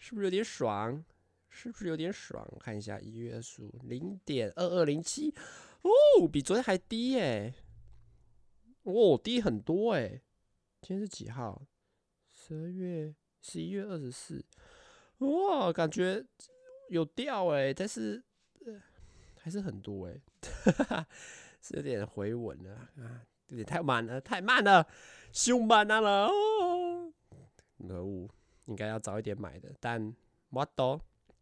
是不是有点爽？是不是有点爽？我看一下1月25 0.2207，哦，比昨天还低耶，哦，低很多哎。今天是几号？11月24，哇，感觉有掉哎，但是还是很多哎，是有点回稳了啊，有点太慢了，太慢了，凶慢了哦，可恶，应该要早一点买的，但我都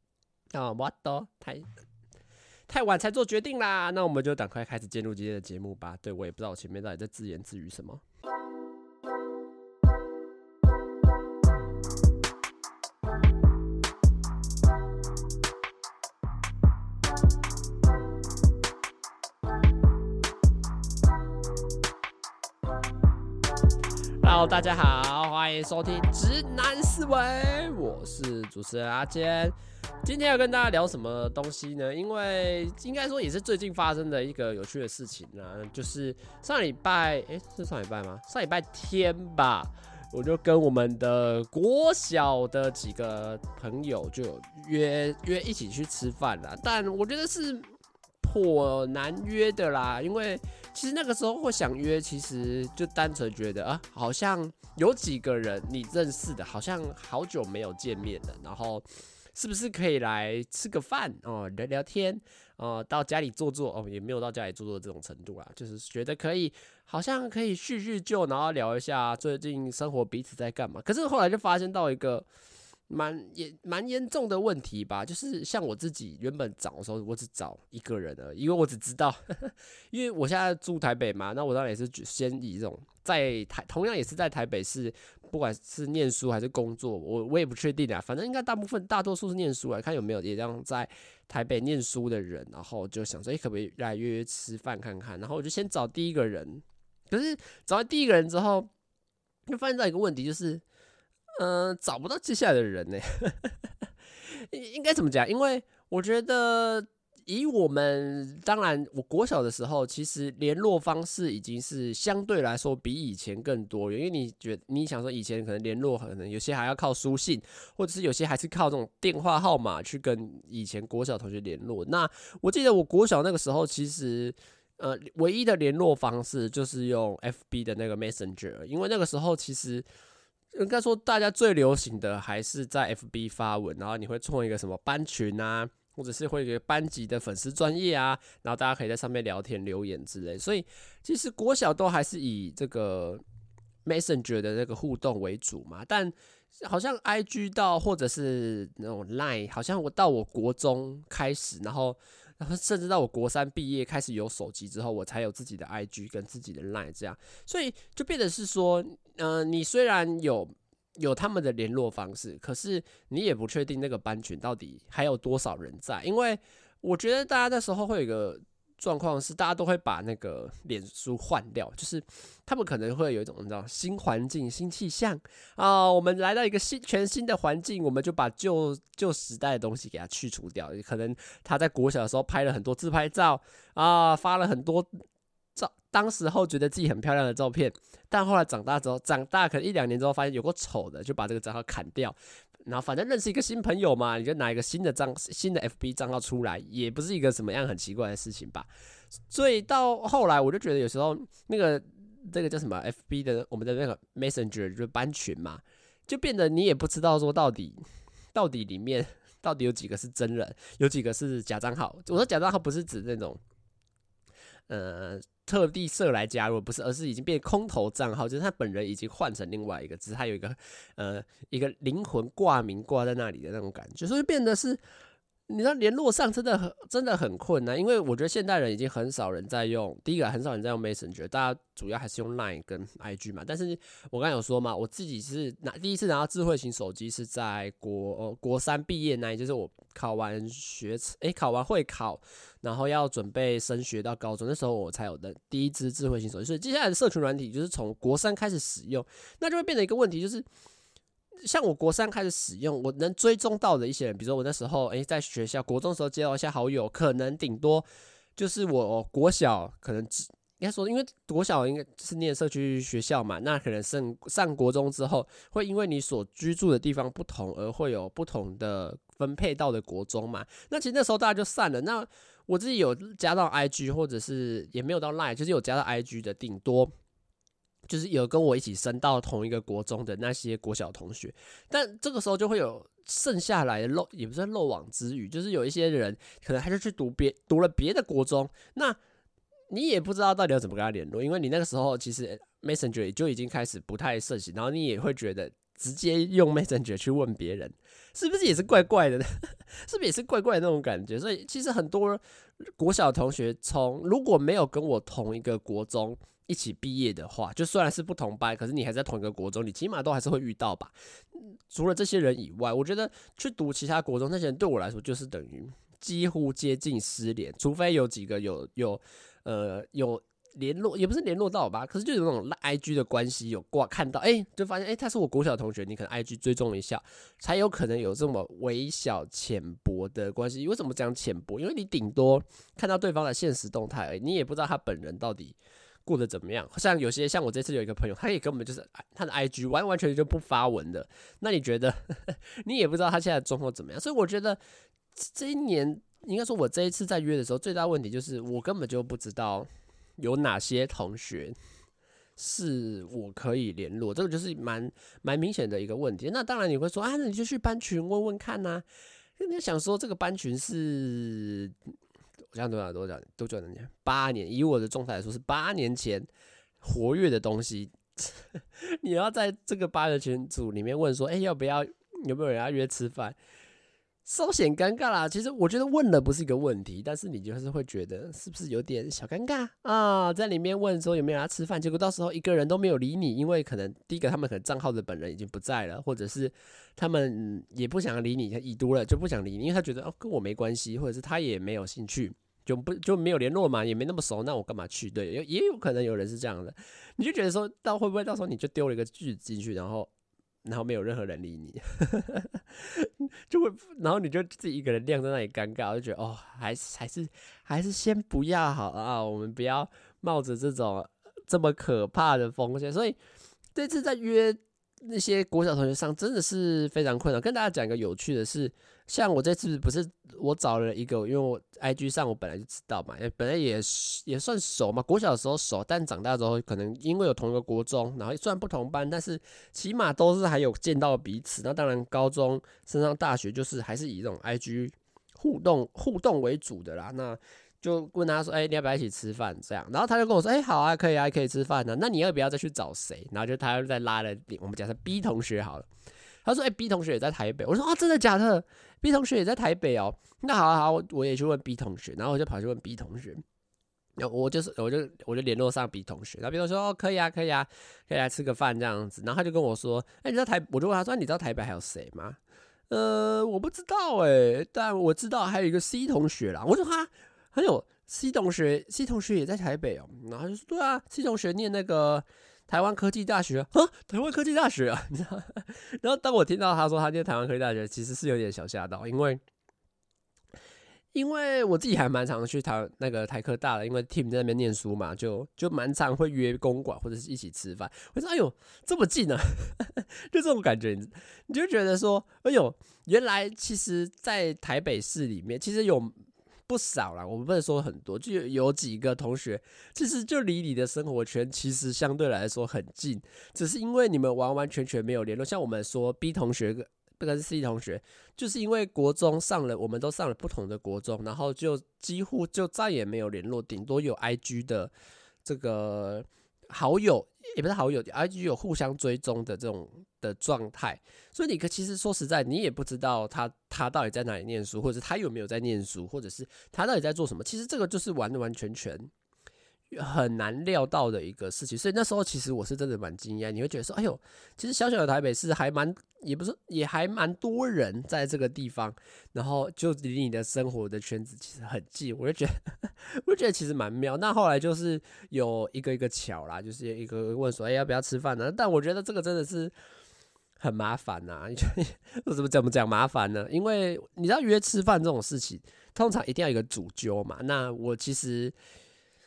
太晚才做决定啦，那我们就赶快开始进入今天的节目吧。对，我也不知道我前面到底在自言自语什么。Hello， 大家好，欢迎收听直男思维，我是主持人阿坚。今天要跟大家聊什么东西呢？因为应该说也是最近发生的一个有趣的事情啊，就是上礼拜，是上礼拜吗？上礼拜天吧，我就跟我们的国小的几个朋友就有约一起去吃饭啦，但我觉得是颇难约的啦，因为其实那个时候会想约，其实就单纯觉得啊，好像有几个人你认识的，好像好久没有见面了，然后是不是可以来吃个饭哦，聊聊天哦，到家里坐坐哦，也没有到家里坐坐这种程度啦，就是觉得可以，好像可以叙叙旧，然后聊一下最近生活彼此在干嘛。可是后来就发现到一个蛮严重的问题吧，就是像我自己原本找的时候，我只找一个人而已，因为我只知道，因为我现在住台北嘛，那我当然也是先以这种同样也是在台北市，不管是念书还是工作，我也不确定啊，反正应该大多数是念书来看有没有也这样在台北念书的人，然后就想说，可不可以来约吃饭看看，然后我就先找第一个人，可是找完第一个人之后，就发现到一个问题，就是找不到接下来的人呢、应该怎么讲？因为我觉得，以我们当然，我国小的时候，其实联络方式已经是相对来说比以前更多元。因为你想说以前可能联络，可能有些还要靠书信，或者是有些还是靠这种电话号码去跟以前国小同学联络。那我记得我国小那个时候，其实。唯一的联络方式就是用 FB 的那个 Messenger， 因为那个时候其实应该说大家最流行的还是在 FB 发文，然后你会创一个什么班群啊，或者是会有一个班级的粉丝专页啊，然后大家可以在上面聊天留言之类，所以其实国小都还是以这个 Messenger 的那个互动为主嘛，但好像 IG 到或者是那种 Line， 好像我国中开始，然后甚至到我国3毕业开始有手机之后，我才有自己的 IG 跟自己的 Line 这样，所以就变得是说，你虽然有他们的联络方式，可是你也不确定那个班群到底还有多少人在，因为我觉得大家那时候会有一个状况是，大家都会把那个脸书换掉，就是他们可能会有一种你知道新环境、新气象啊，我们来到一个全新的环境，我们就把旧时代的东西给它去除掉。可能他在国小的时候拍了很多自拍照啊，发了很多当时候觉得自己很漂亮的照片，但后来长大可能1-2年之后发现有够丑的，就把这个账号砍掉。然后反正认识一个新朋友嘛，你就拿一个新的 FB 账号出来，也不是一个什么样很奇怪的事情吧。所以到后来我就觉得有时候这个叫什么 FB 的我们的那个 Messenger 就是班群嘛，就变得你也不知道说到底里面到底有几个是真人，有几个是假账号。我说假账号不是指那种特地设来加入，不是，而是已经变空头账号，就是他本人已经换成另外一个，只是他有一个灵魂挂名挂在那里的那种感觉，所以变得是，你知道联络上真的很困难，因为我觉得现代人已经很少人在用，第一个很少人在用 Messenger， 大家主要还是用 Line 跟 IG 嘛。但是我刚才有说嘛，我自己是第一次拿到智慧型手机是在国3毕业那，就是我考完会考，然后要准备升学到高中，那时候我才有的第一支智慧型手机。所以接下来的社群软体就是从国3开始使用，那就会变成一个问题，就是像我国3开始使用，我能追踪到的一些人，比如说我那时候在学校国中的时候接到一些好友，可能顶多就是我国小可能应该说，因为国小应该是念社区学校嘛，那可能上国中之后，会因为你所居住的地方不同，而会有不同的分配到的国中嘛。那其实那时候大家就散了。那我自己有加到 IG， 或者是也没有到 Line， 就是有加到 IG 的，顶多就是有跟我一起升到同一个国中的那些国小同学。但这个时候就会有剩下来的也不是漏网之鱼，就是有一些人可能他就去读了别的国中，那你也不知道到底要怎么跟他联络，因为你那个时候其实 Messenger 就已经开始不太盛行，然后你也会觉得直接用 Messenger 去问别人，是不是也是怪怪的呢？是不是也是怪怪的那种感觉？所以其实很多国小同学如果没有跟我同一个国中一起毕业的话，就虽然是不同班，可是你还在同一个国中，你起码都还是会遇到吧。除了这些人以外，我觉得去读其他国中，那些人对我来说就是等于几乎接近失联，除非有几个有联络，也不是联络到吧，可是就有那种 IG 的关系有看到，就发现他是我国小同学，你可能 IG 追踪一下，才有可能有这么微小浅薄的关系。为什么讲浅薄？因为你顶多看到对方的现实动态而已，你也不知道他本人到底过得怎么样。像我这次有一个朋友，他也根本就是他的 IG 完完全全就不发文的，那你觉得你也不知道他现在的状况怎么样。所以我觉得这一年，应该说我这一次在约的时候，最大问题就是我根本就不知道有哪些同学是我可以联络，这个就是蛮明显的一个问题。那当然你会说那你就去班群问问看啊。你想说这个班群是我想多久年？8年，以我的状态来说是8年前活跃的东西。你要在这个8人群组里面问说，有没有人要约吃饭？稍显尴尬啦。其实我觉得问了不是一个问题，但是你就是会觉得是不是有点小尴尬啊？在里面问说有没有人要吃饭，结果到时候一个人都没有理你，因为可能第一个他们可能账号的本人已经不在了，或者是他们也不想理你，已读了就不想理你，因为他觉得跟我没关系，或者是他也没有兴趣，就没有联络嘛，也没那么熟，那我干嘛去？对，也有可能有人是这样的，你就觉得说会不会到时候你就丢了一个句子进去，然后没有任何人理你，然后你就自己一个人晾在那里尴尬，我就觉得还是先不要好啊，我们不要冒着这么可怕的风险。所以这次在约那些国小同学上真的是非常困难。跟大家讲一个有趣的是，像我这次不是我找了一个，因为我 IG 上我本来就知道嘛，本来也算熟嘛，国小的时候熟，但长大之后可能因为有同一个国中，然后虽然不同班，但是起码都是还有见到彼此。那当然高中升上大学就是还是以这种 IG 互动为主的啦。那就问他说，你要不要一起吃饭？这样，然后他就跟我说，好啊，可以啊，可以吃饭啊。那你要不要再去找谁？然后他又再拉了我们假设 B 同学好了。他说，B 同学也在台北。我说，真的假的 ？B 同学也在台北哦。那好，我也去问 B 同学，然后我就跑去问 B 同学。然后我就联络上 B 同学，然后 B 同学说，可以啊，可以来吃个饭这样子。然后他就跟我说，你知道我就问他说，你知道台北还有谁吗？我不知道但我知道还有一个 C 同学啦。我说还有 C 同学也在台北哦。然后他就说，对啊 ，C 同学念那个台湾科技大学台湾科技大学啊，你知道？然后当我听到他说他念台湾科技大学，其实是有点小吓到，因为我自己还蛮常去那个台科大的，因为 team 在那边念书嘛，就蛮常会约公馆或者是一起吃饭。我说这么近啊，就这种感觉，你就觉得说原来其实，在台北市里面其实有不少啦，我们不能说很多，就有几个同学，其实就离你的生活圈其实相对来说很近，只是因为你们完完全全没有联络。像我们说 B 同学跟 C 同学，就是因为国中我们都上了不同的国中，然后就几乎就再也没有联络，顶多有 IG 的这个好友，也不是好友 ，IG 有互相追踪的这种的状态。所以你其实说实在，你也不知道他到底在哪里念书，或者是他有没有在念书，或者是他到底在做什么。其实这个就是完完全全很难料到的一个事情。所以那时候其实我是真的蛮惊讶，你会觉得说，其实小小的台北市也还蛮多人在这个地方，然后就离你的生活的圈子其实很近。我就觉得其实蛮妙。那后来就是有一个巧啦，就是一个问说，要不要吃饭呢？但我觉得这个真的是很麻烦呐。怎么讲麻烦呢？因为你知道约吃饭这种事情，通常一定要有一个主揪嘛。那我其实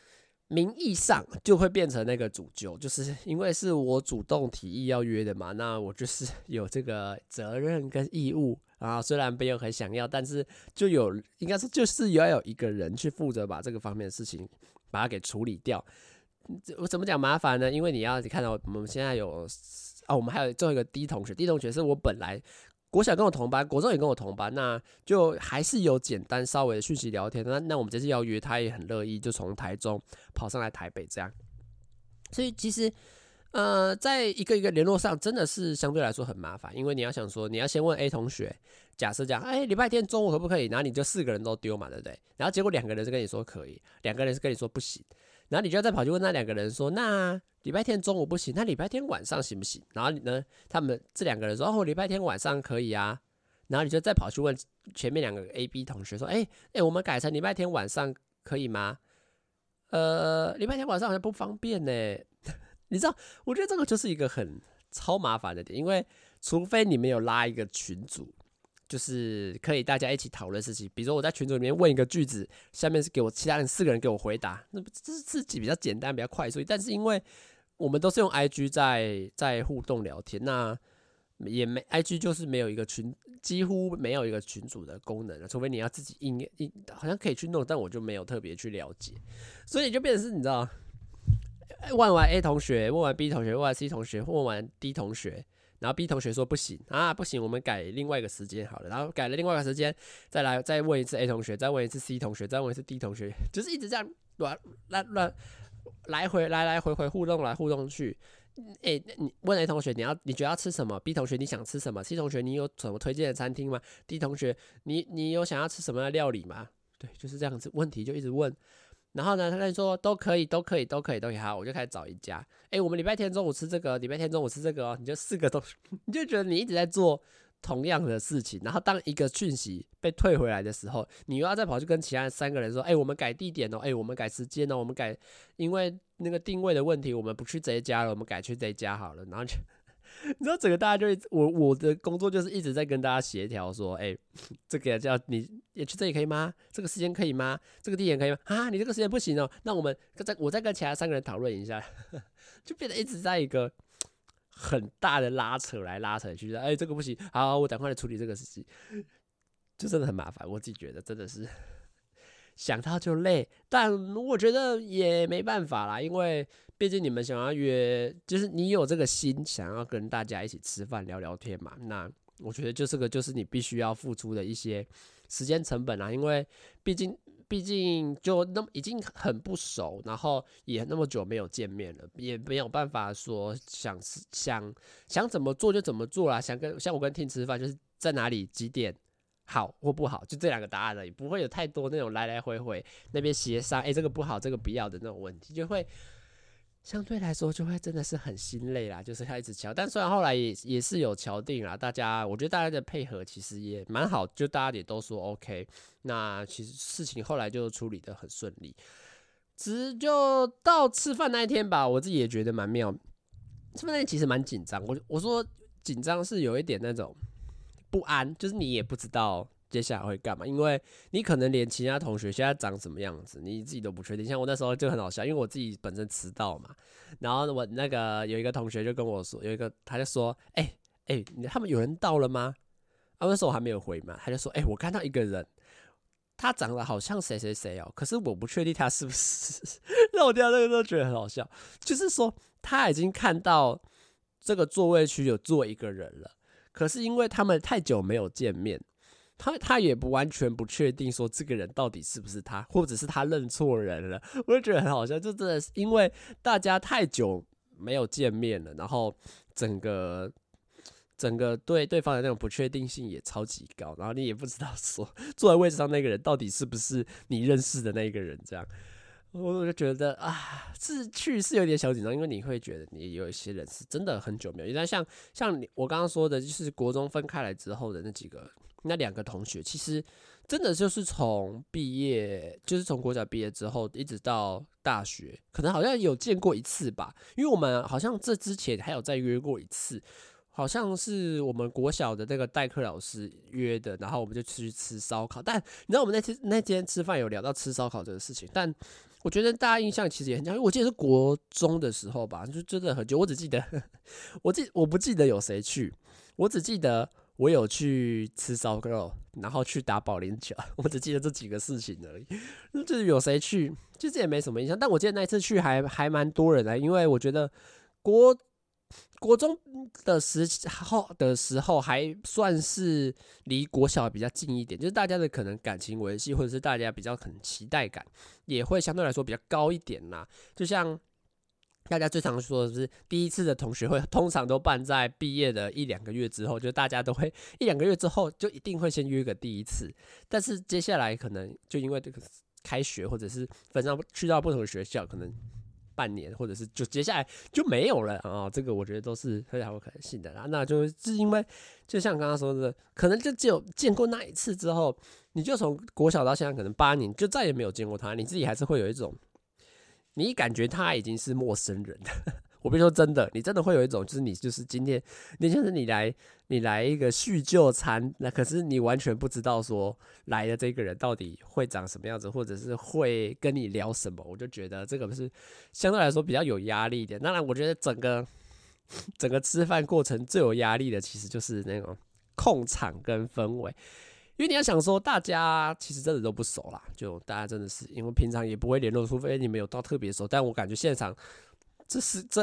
名义上就会变成那个主揪，就是因为是我主动提议要约的嘛，那我就是有这个责任跟义务啊。虽然没有很想要，但是就有应该说就是要有一个人去负责把这个方面的事情把它给处理掉。我怎么讲麻烦呢？因为你看到我们现在有我们还有最后一个 D 同学，D 同学是我本来国小跟我同班，国中也跟我同班，那就还是有简单稍微的讯息聊天。那我们这次要约，他也很乐意，就从台中跑上来台北这样。所以其实在一个一个联络上，真的是相对来说很麻烦，因为你要想说，你要先问 A 同学，假设这样，礼拜天中午可不可以？然后你就4个人都丢嘛，对不对？然后结果2个人是跟你说可以，2个人是跟你说不行，然后你就要再跑去问那2个人说，那礼拜天中午不行，那礼拜天晚上行不行？然后呢，他们这2个人说，礼拜天晚上可以啊。然后你就再跑去问前面2个 A、B 同学说，我们改成礼拜天晚上可以吗？礼拜天晚上好像不方便呢。你知道，我觉得这个就是一个很超麻烦的点，因为除非你们有拉一个群组，就是可以大家一起讨论事情。比如说我在群组里面问一个句子，下面是给我其他人4个人给我回答，那这是自己比较简单、比较快速。但是因为我们都是用 IG 在互动聊天，那也没 IG 就是没有一个群，几乎没有一个群组的功能了，除非你要自己好像可以去弄，但我就没有特别去了解，所以就变成是你知道。问完 A 同学，问完 B 同学，问完 C 同学，问完 D 同学，然后 B 同学说不行啊，不行，我们改另外一个时间好了。然后改了另外一个时间，再问一次 A 同学，再问一次 C 同学，再问一次 D 同学，就是一直这样来回互动来互动去。你问 A 同学你觉得要吃什么 ？B 同学你想吃什么 ？C 同学你有什么推荐的餐厅吗 ？D 同学你有想要吃什么样的料理吗？对，就是这样子，问题就一直问。然后呢，他就说都可以，好，我就开始找一家。我们礼拜天中午吃这个，礼拜天中午吃这个哦，你就4个都，你就觉得你一直在做同样的事情。然后当一个讯息被退回来的时候，你又要再跑去跟其他3个人说，我们改地点哦，我们改时间哦，我们改，因为那个定位的问题，我们不去这一家了，我们改去这一家好了。然后就。你知道整个大家就我的工作就是一直在跟大家协调说，这个叫你也去这里可以吗？这个时间可以吗？这个地点可以吗？啊，你这个时间不行哦，那我再跟其他3个人讨论一下，就变得一直在一个很大的拉扯来拉扯去，这个不行，好，我赶快来处理这个事情，就真的很麻烦，我自己觉得真的是。想到就累，但我觉得也没办法啦，因为毕竟你们想要约，就是你有这个心想要跟大家一起吃饭聊聊天嘛，那我觉得就是你必须要付出的一些时间成本啦，因为毕竟就已经很不熟，然后也那么久没有见面了，也没有办法说想怎么做就怎么做啦，像我跟 Tim 吃饭，就是在哪里几点。好或不好，就这2个答案而已，不会有太多那种来来回回那边协商，这个不好，这个不要的那种问题，就会相对来说就会真的是很心累啦，就是要一直敲。但虽然后来也是有敲定啦，我觉得大家的配合其实也蛮好，就大家也都说 OK， 那其实事情后来就处理得很顺利。就到吃饭那一天吧，我自己也觉得蛮妙。吃饭那天其实蛮紧张，我说紧张是有一点那种。不安，就是你也不知道接下来会干嘛，因为你可能连其他同学现在长什么样子，你自己都不确定。像我那时候就很好笑，因为我自己本身迟到嘛，然后我那个有一个同学就跟我说，他就说，他们有人到了吗？那时候我还没有回嘛，他就说，我看到一个人，他长得好像谁谁谁哦，可是我不确定他是不是。让我听到这个都觉得很好笑，就是说他已经看到这个座位区有坐一个人了。可是因为他们太久没有见面，他也不完全不确定说这个人到底是不是他，或者是他认错人了。我就觉得很好笑，就真的是因为大家太久没有见面了，然后整个对对方的那种不确定性也超级高，然后你也不知道说坐在位置上那个人到底是不是你认识的那个人，这样。我就觉得是有点小紧张，因为你会觉得你有一些人是真的很久没有，但像我刚刚说的，就是国中分开来之后的那2个同学，其实真的就是从毕业，就是从国小毕业之后一直到大学，可能好像有见过1次吧，因为我们好像这之前还有再约过1次， 好像是我们国小的那个代课老师约的，然后我们就去吃烧烤。但你知道我们那天吃饭有聊到吃烧烤这个事情，但我觉得大家印象其实也很像，因为我记得是国中的时候吧，就真的很久。我只记得我不记得有谁去，我只记得我有去吃烧肉，然后去打保龄球，我只记得这几个事情而已。就是有谁去，其实也没什么印象。但我记得那一次去还蛮多人的，因为我觉得国中的时候还算是离国小比较近一点，就是大家的可能感情维系，或者是大家比较可能期待感也会相对来说比较高一点啦。就像大家最常说的是，第一次的同学会通常都办在毕业的1-2个月之后，就大家都会1-2个月之后就一定会先约个第一次，但是接下来可能就因为这个开学或者是去到不同的学校，可能半年，或者是就接下来就没有了啊、这个我觉得都是非常有可能性的啦。那就是因为就像刚刚说的，可能就只有见过那一次之后，你就从国小到现在可能8年，就再也没有见过他，你自己还是会有一种，你感觉他已经是陌生人了。我必须说真的，你真的会有一种，就是你就是今天，就是你来一个叙旧餐，那可是你完全不知道说来的这个人到底会长什么样子，或者是会跟你聊什么，我就觉得这个是相对来说比较有压力一点。当然，我觉得整个吃饭过程最有压力的，其实就是那种控场跟氛围。因为你要想说，大家其实真的都不熟啦，就大家真的是因为平常也不会联络，除非你们有到特别熟。但我感觉现场这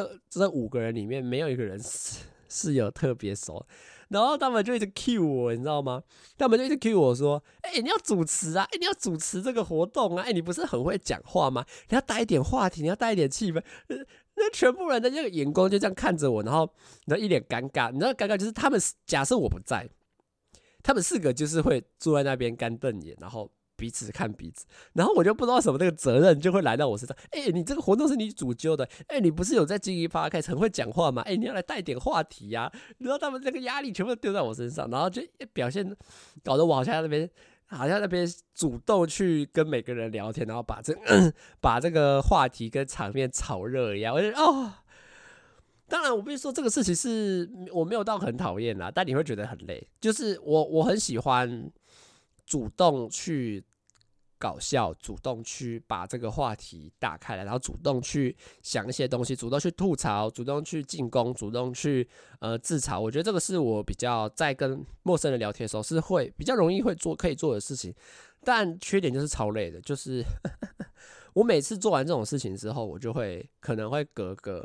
5个人里面没有一个人是有特别熟，然后他们就一直 cue 我，你知道吗？他们就一直 cue 我说：“你要主持啊，你要主持这个活动啊，你不是很会讲话吗？你要带一点话题，你要带一点气氛。”那全部人的那个眼光就这样看着我，然后一脸尴尬。你知道尴尬就是他们假设我不在，他们4个就是会坐在那边干瞪眼，然后彼此看彼此，然后我就不知道什么那个责任就会来到我身上。你这个活动是你主揪的，你不是有在经营 podcast 很会讲话吗？你要来带点话题啊。然后他们那个压力全部都丢在我身上，然后就表现搞得我好像那边主动去跟每个人聊天，然后把这个话题跟场面炒热一样。我就当然我必须说这个事情是我没有到很讨厌啦，但你会觉得很累。就是我很喜欢主动去搞笑，主动去把这个话题打开来，然后主动去想一些东西，主动去吐槽，主动去进攻，主动去自嘲。我觉得这个是我比较在跟陌生人聊天的时候是会比较容易可以做的事情，但缺点就是超累的，就是我每次做完这种事情之后，我就可能会隔个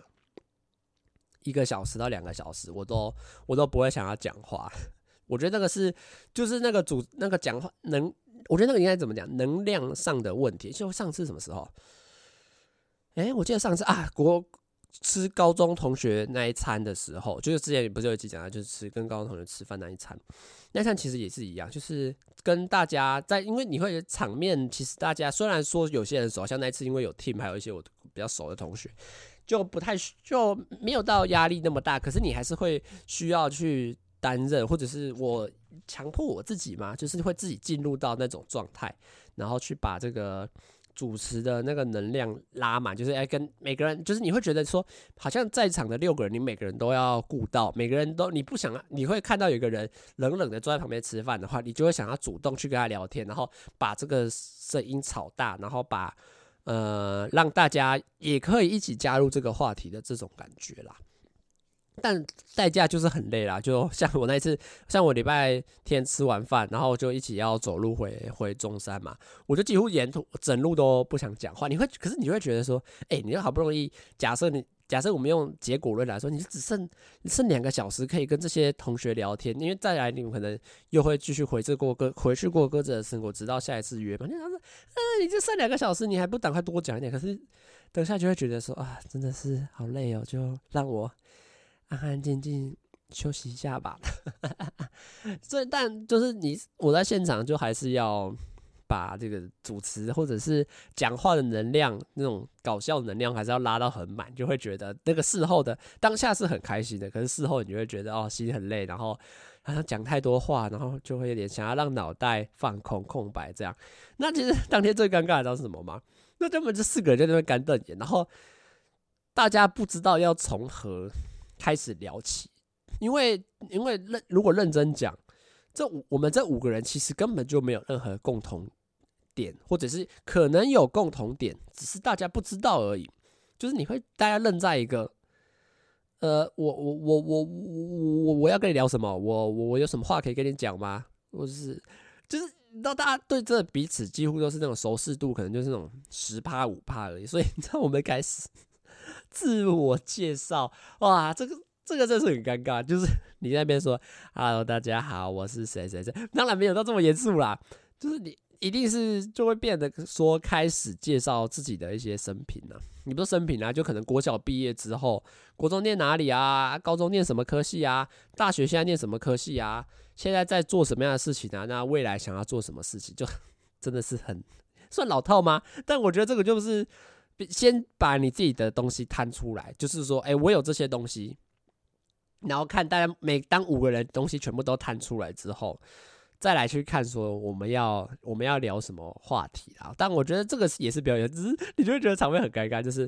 1个小时到2个小时，我都不会想要讲话。我觉得那个就是那个讲话我觉得那个应该怎么讲，能量上的问题。就上次什么时候？我记得上次吃高中同学那一餐的时候，就是之前不是有一集讲的，就是跟高中同学吃饭那一餐。那一餐其实也是一样，就是跟大家因为你会场面，其实大家虽然说有些人熟，像那一次因为有 team， 还有一些我比较熟的同学，就没有到压力那么大，可是你还是会需要去担任，或者是我强迫我自己嘛，就是会自己进入到那种状态，然后去把这个主持的那个能量拉满，就是跟每个人，就是你会觉得说，好像在场的6个人，你每个人都要顾到，每个人都你不想，你会看到有一个人冷冷的坐在旁边吃饭的话，你就会想要主动去跟他聊天，然后把这个声音炒大，然后让大家也可以一起加入这个话题的这种感觉啦。但代价就是很累啦，就像我那一次，像我礼拜天吃完饭，然后就一起要走路回中山嘛，我就几乎沿途整路都不想讲话。可是你会觉得说，你就好不容易，假设我们用结果论来说，你剩2个小时可以跟这些同学聊天，因为再来你们可能又会继续回去过各自的生活，直到下一次约嘛。你想说，你就剩2个小时，你还不赶快多讲一点？可是等下就会觉得说，真的是好累哦，就让我安安静静休息一下吧。所以，但就是我在现场就还是要把这个主持或者是讲话的能量，那种搞笑的能量还是要拉到很满，就会觉得那个事后的当下是很开心的，可是事后你就会觉得心很累，然后好像讲太多话，然后就会有点想要让脑袋放空白这样。那其实当天最尴尬的知道是什么吗？那根本就4个人在那边干瞪眼，然后大家不知道要从何开始聊起。 因为如果认真讲，我们这5个人其实根本就没有任何共同点，或者是可能有共同点，只是大家不知道而已。就是大家愣在一个，我要跟你聊什么？我有什么话可以跟你讲吗？就是到大家对这彼此几乎都是那种熟识度，可能就是那种10%、5%而已。所以你知道我们开始自我介绍，哇，这个真是很尴尬。就是你在那边说 "Hello， 大家好，我是谁谁谁"，当然没有到这么严肃啦，就是你一定是就会变得说开始介绍自己的一些生平啊。你不是生平啊，就可能国小毕业之后，国中念哪里啊，高中念什么科系啊，大学现在念什么科系啊，现在在做什么样的事情啊，那未来想要做什么事情，就真的是很算老套吗？但我觉得这个就是先把你自己的东西摊出来，就是说，我有这些东西，然后看大家当5个人东西全部都摊出来之后，再来去看说我们要聊什么话题啊？但我觉得这个也是表演，只是你就会觉得场面很尴尬，就是，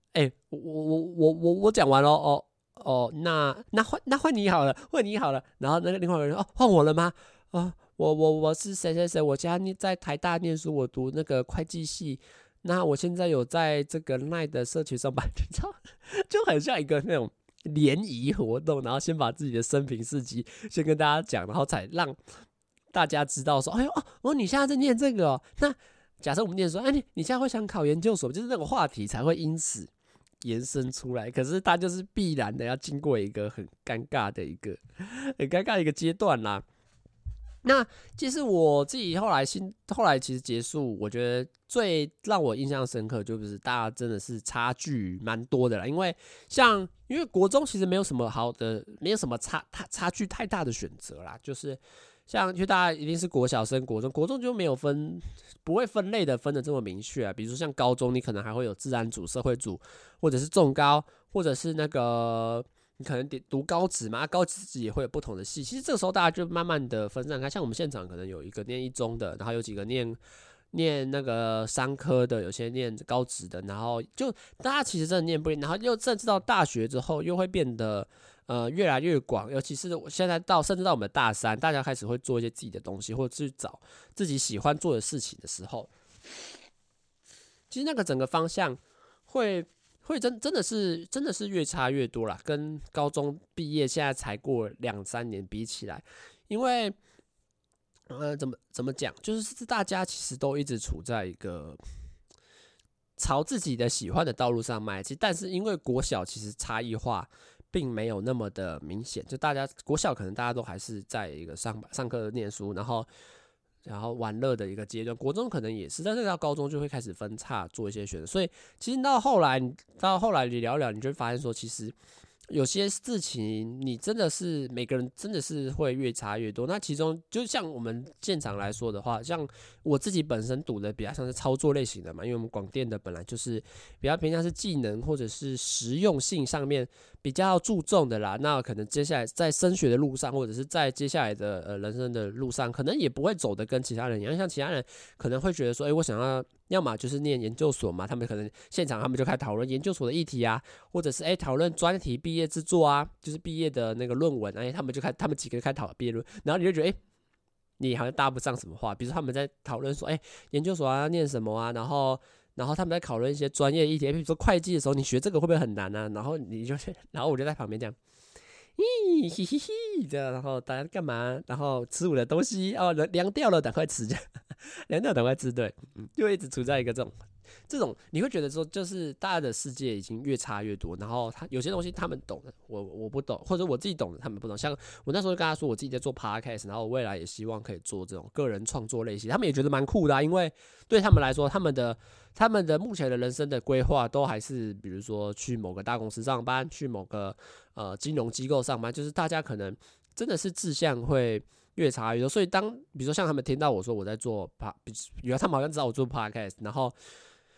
我讲完了那换你好了，然后那个另外一个人换我了吗？我是谁谁谁，我家在台大念书，我读那个会计系，那我现在有在这个 LINE 的社群上班，你知道，就很像一个那种联谊活动，然后先把自己的生平事迹先跟大家讲，然后才让大家知道说，你现在在念这个那假设我们念说，你现在会想考研究所，就是那个话题才会因此延伸出来。可是它就是必然的要经过一个很尴尬的一个阶段啦。那其实我自己后来其实结束，我觉得最让我印象深刻就是大家真的是差距蛮多的啦。因为国中其实没有什么好的，没有什么差距太大的选择啦，就是因为大家一定是国小升国中就没有不会分类的分的这么明确啊。比如说像高中，你可能还会有自然组、社会组，或者是重高，或者是那个你可能读高职嘛，高职也会有不同的系。其实这个时候大家就慢慢的分散开，像我们现场可能有一个念一中的，然后有几个念那个商科的，有些念高职的，然后就大家其实真的念不一样，然后又甚至到大学之后又会变得越来越广，尤其是我现在甚至到我们大3，大家开始会做一些自己的东西，或者去找自己喜欢做的事情的时候，其实那个整个方向会真的是越差越多啦，跟高中毕业现在才过2-3年比起来，因为怎么讲，就是大家其实都一直处在一个朝自己的喜欢的道路上迈进，但是因为国小其实差异化并没有那么的明显，就国小可能大家都还是在一个上课念书，然后玩乐的一个阶段，国中可能也是，但是到高中就会开始分叉做一些选择，所以其实到后来你聊聊，你就会发现说，其实有些事情你真的是每个人真的是会越差越多。那其中就像我们现场来说的话，像我自己本身读的比较像是操作类型的嘛，因为我们广电的本来就是比较偏向是技能或者是实用性上面比较注重的啦。那可能接下来在升学的路上，或者是在接下来的人生的路上，可能也不会走得跟其他人一样，像其他人可能会觉得说，我想要么就是念研究所嘛，他们可能现场他们就开始讨论研究所的议题啊，或者是讨论专题毕业制作啊，就是毕业的那个论文，他们几个就开始讨论毕业论，然后你就觉得你好像搭不上什么话。比如说他们在讨论说，研究所要念什么啊，然后他们在讨论一些专业议题，比如说会计的时候，你学这个会不会很难啊？然后我就在旁边这样。嘿嘿嘿，这样，然后大家干嘛？然后吃我的东西凉掉了，赶快吃，凉掉赶快吃，对，就一直处在一个这种，你会觉得说，就是大家的世界已经越差越多，然后有些东西他们懂的，我不懂，或者我自己懂的他们不懂。像我那时候就跟他说，我自己在做 podcast， 然后我未来也希望可以做这种个人创作类型，他们也觉得蛮酷的啊，因为对他们来说，他们的目前的人生的规划都还是，比如说去某个大公司上班，去某个金融机构上班，就是大家可能真的是志向会越差越多。所以比如说像他们听到我说我在做原来他们好像知道我做 podcast，然后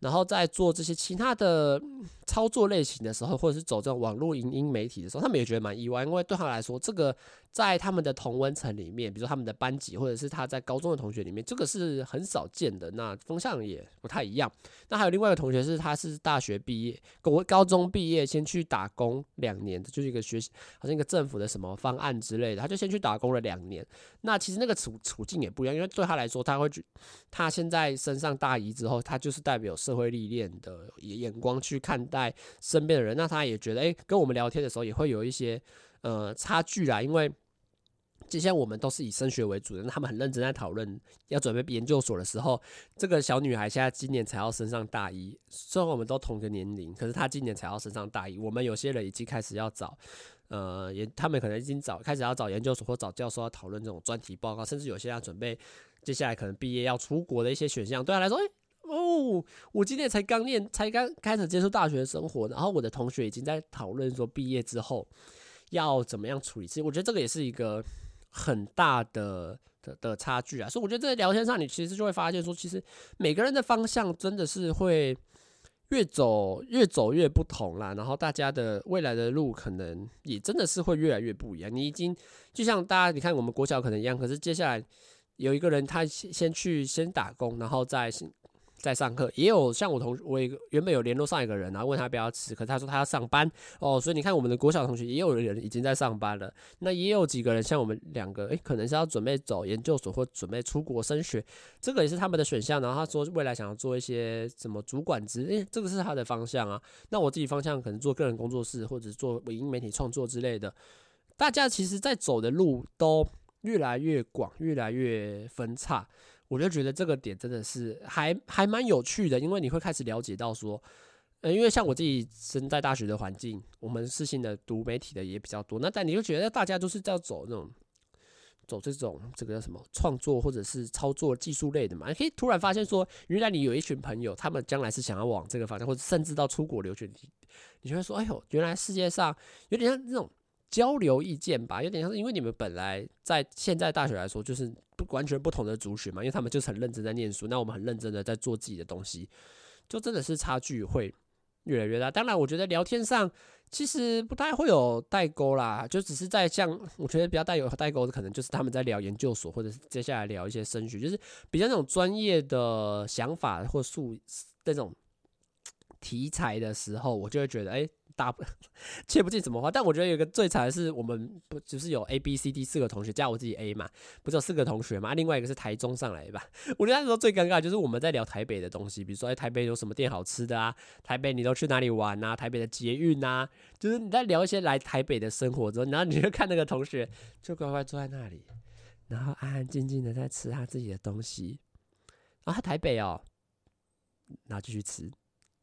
然后在做这些其他的操作类型的时候，或者是走这种网络影音媒体的时候，他们也觉得蛮意外，因为对他来说，这个在他们的同温层里面，比如说他们的班级，或者是他在高中的同学里面，这个是很少见的，那风向也不太一样。那还有另外一个同学他是大学毕业，高中毕业先去打工2年的，就是一个好像一个政府的什么方案之类的，他就先去打工了2年。那其实那个处境也不一样，因为对他来说，他现在升上大一之后，他就是代表社会历练的眼光去看待身边的人。那他也觉得，跟我们聊天的时候也会有一些差距啦，因为就像我们都是以升学为主的，他们很认真在讨论要准备研究所的时候，这个小女孩现在今年才要升上大一，虽然我们都同个年龄，可是她今年才要升上大一。我们有些人已经开始要找，他们可能已经开始要找研究所或找教授要讨论这种专题报告，甚至有些要准备接下来可能毕业要出国的一些选项。对他来说，我今年才刚开始接触大学生活，然后我的同学已经在讨论说毕业之后要怎么样处理。其实我觉得这个也是一个很大的差距啊，所以我觉得在聊天上，你其实就会发现说，其实每个人的方向真的是会越走越不同啦，然后大家的未来的路可能也真的是会越来越不一样。你已经就像大家你看我们国小可能一样，可是接下来有一个人他先打工，然后再上课，也有像我原本有联络上一个人，然后问他要不要吃，可是他说他要上班哦，所以你看我们的国小同学也有人已经在上班了，那也有几个人像我们2个，可能是要准备走研究所或准备出国升学，这个也是他们的选项。然后他说未来想要做一些什么主管职，这个是他的方向啊。那我自己方向可能做个人工作室或者做影音媒体创作之类的。大家其实在走的路都越来越广，越来越分叉。我就觉得这个点真的是还蛮有趣的，因为你会开始了解到说，因为像我自己身在大学的环境，我们世新的读媒体的也比较多，那但你就觉得大家都是在走这种这个叫什么创作或者是操作技术类的嘛，你可以突然发现说，原来你有一群朋友，他们将来是想要往这个方向，或者甚至到出国留学，你就会说，原来世界上有点像这种交流意见吧，有点像是因为你们本来在现在大学来说就是完全不同的族群嘛，因为他们就是很认真在念书，那我们很认真的在做自己的东西，就真的是差距会越来越大。当然，我觉得聊天上其实不太会有代沟啦，就只是在像我觉得比较带有代沟的，可能就是他们在聊研究所，或者是接下来聊一些升学，就是比较那种专业的想法或那种题材的时候，我就会觉得切不进什么话。但我觉得有一个最惨的是，我们不就是有 A、B、C、D 4个同学加我自己 A 嘛，不是有4个同学嘛？另外一个是台中上来的吧。我觉得那时候最尴尬的就是我们在聊台北的东西，比如说台北有什么店好吃的啊，台北你都去哪里玩啊，台北的捷运啊，就是你在聊一些来台北的生活之后，然后你就看那个同学就乖乖坐在那里，然后安安静静的在吃他自己的东西，然后他台北然后继续吃。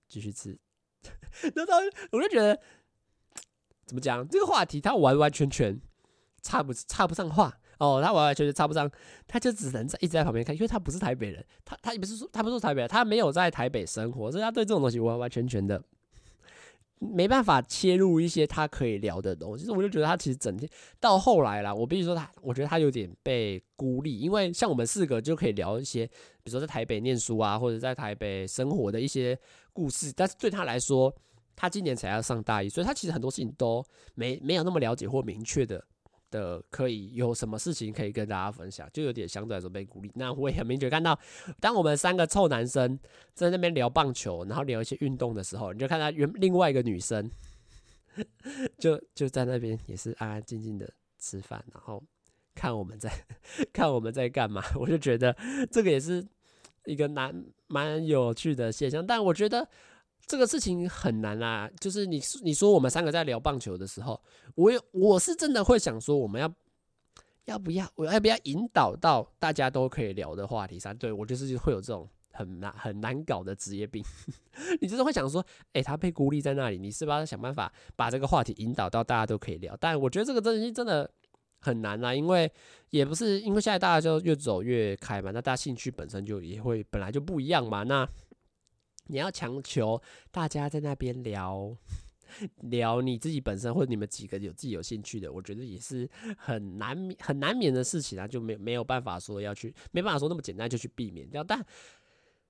然后我就觉得，怎么讲这个话题，他完完全全插不上话哦，他完完全全插不上，他就只能一直在旁边看，因为他不是台北人，他也不是说台北人，他没有在台北生活，所以他对这种东西完完全全的没办法切入一些他可以聊的东西。所以我就觉得他其实整天到后来啦，我必须说我觉得他有点被孤立，因为像我们4个就可以聊一些，比如说在台北念书啊，或者在台北生活的一些故事，但是对他来说，他今年才要上大一，所以他其实很多事情都没有那么了解或明确的可以有什么事情可以跟大家分享，就有点相对来说被孤立。那我也很明确看到，当我们3个臭男生在那边聊棒球，然后聊一些运动的时候，你就看到另外一个女生就在那边也是安安静静的吃饭，然后看我们在干嘛。我就觉得这个也是一个蛮有趣的现象，但我觉得这个事情很难啦。就是你说我们3个在聊棒球的时候，我是真的会想说，我们要不要引导到大家都可以聊的话题上？对，我就是会有这种很难搞的职业病。你就是会想说，他被孤立在那里，你是不是要想办法把这个话题引导到大家都可以聊？但我觉得这个东西真的很难啦，因为也不是因为现在大家就越走越开嘛，那大家兴趣本身就也会本来就不一样嘛，那你要强求大家在那边聊你自己本身或者你们几个有自己有兴趣的，我觉得也是很难免的事情啊，就没有办法说没办法说那么简单就去避免掉。但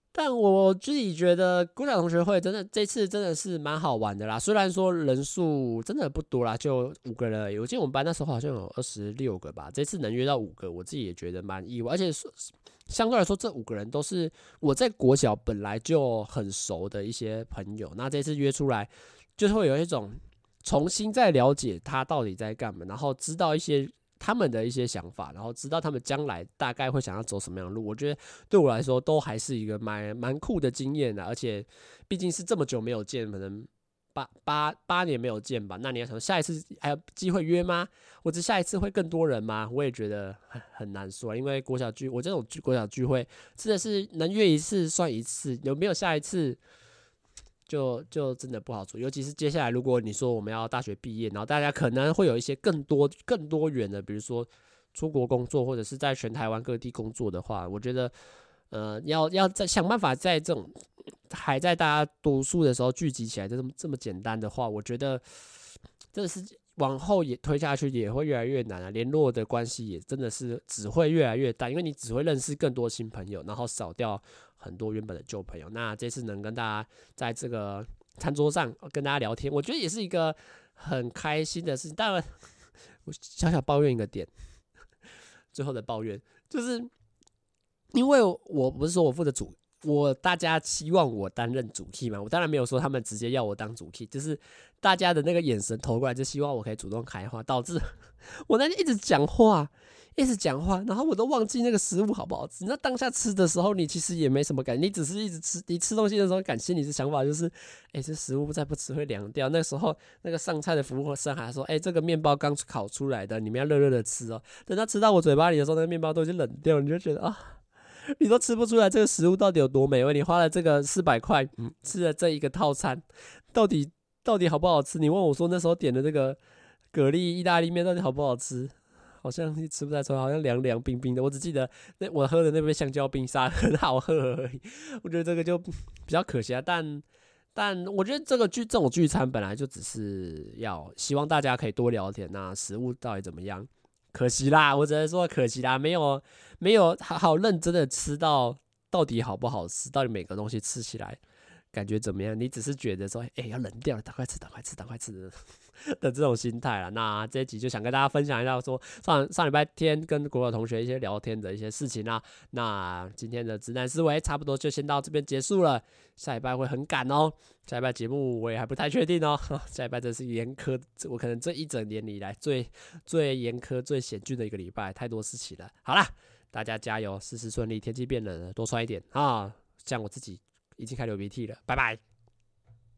但我自己觉得国小同学会真的这次真的是蛮好玩的啦，虽然说人数真的不多啦，就5个人而已。我记得我们班那时候好像有26个吧，这次能约到5个，我自己也觉得蛮意外，而且相对来说这5个人都是我在国小本来就很熟的一些朋友，那这次约出来就会有一种重新再了解他到底在干嘛，然后知道一些他们的一些想法，然后知道他们将来大概会想要走什么样的路。我觉得对我来说都还是一个蛮酷的经验的，而且毕竟是这么久没有见，可能八年没有见吧。那你要想下一次还有机会约吗？或者下一次会更多人吗？我也觉得很难说，因为我这种国小聚会真的是能约一次算一次，有没有下一次？就真的不好说，尤其是接下来，如果你说我们要大学毕业，然后大家可能会有一些更多元的，比如说出国工作，或者是在全台湾各地工作的话，我觉得，要再想办法在这种还在大家读书的时候聚集起来，这么简单的话，我觉得真的是往后也推下去也会越来越难啊，联络的关系也真的是只会越来越淡，因为你只会认识更多新朋友，然后少掉很多原本的旧朋友。那这次能跟大家在这个餐桌上跟大家聊天，我觉得也是一个很开心的事情。当然，我小小抱怨一个点，最后的抱怨就是因为我不是说我负责大家希望我担任主 key 嘛，我当然没有说他们直接要我当主 key，就是大家的那个眼神投过来，就希望我可以主动开话，导致我那天一直讲话，然后我都忘记那个食物好不好吃。那当下吃的时候，你其实也没什么感觉，你只是一直吃。你吃东西的时候，心里的想法就是，这食物再不吃会凉掉。那时候那个上菜的服务生还说，这个面包刚烤出来的，你们要热热的吃哦。等到吃到我嘴巴里的时候，那个面包都已经冷掉，你就觉得啊。你都吃不出来这个食物到底有多美味，你花了这个400块，吃了这一个套餐，到底好不好吃？你问我说那时候点的这个蛤蜊意大利面到底好不好吃？好像吃不太出来，好像凉凉冰冰的。我只记得我喝的那杯香蕉冰沙很好喝而已。我觉得这个就比较可惜啊，但我觉得这种聚餐本来就只是要希望大家可以多聊天，那食物到底怎么样？可惜啦，我只能说可惜啦，没有好好认真的吃到底好不好吃，到底每个东西吃起来感觉怎么样？你只是觉得说，要冷掉了，赶快吃的这种心态啦。那这一集就想跟大家分享一下，说上礼拜天跟国小同学一些聊天的一些事情啦。那今天的直男思维差不多就先到这边结束了，下礼拜会很赶哦。下礼拜节目我也还不太确定哦，下礼拜真是严苛，我可能这一整年以来最严苛、最险峻的一个礼拜，太多事情了。好啦，大家加油，事事顺利，天气变冷了，多穿一点啊！像我自己已经开始流鼻涕了，拜拜。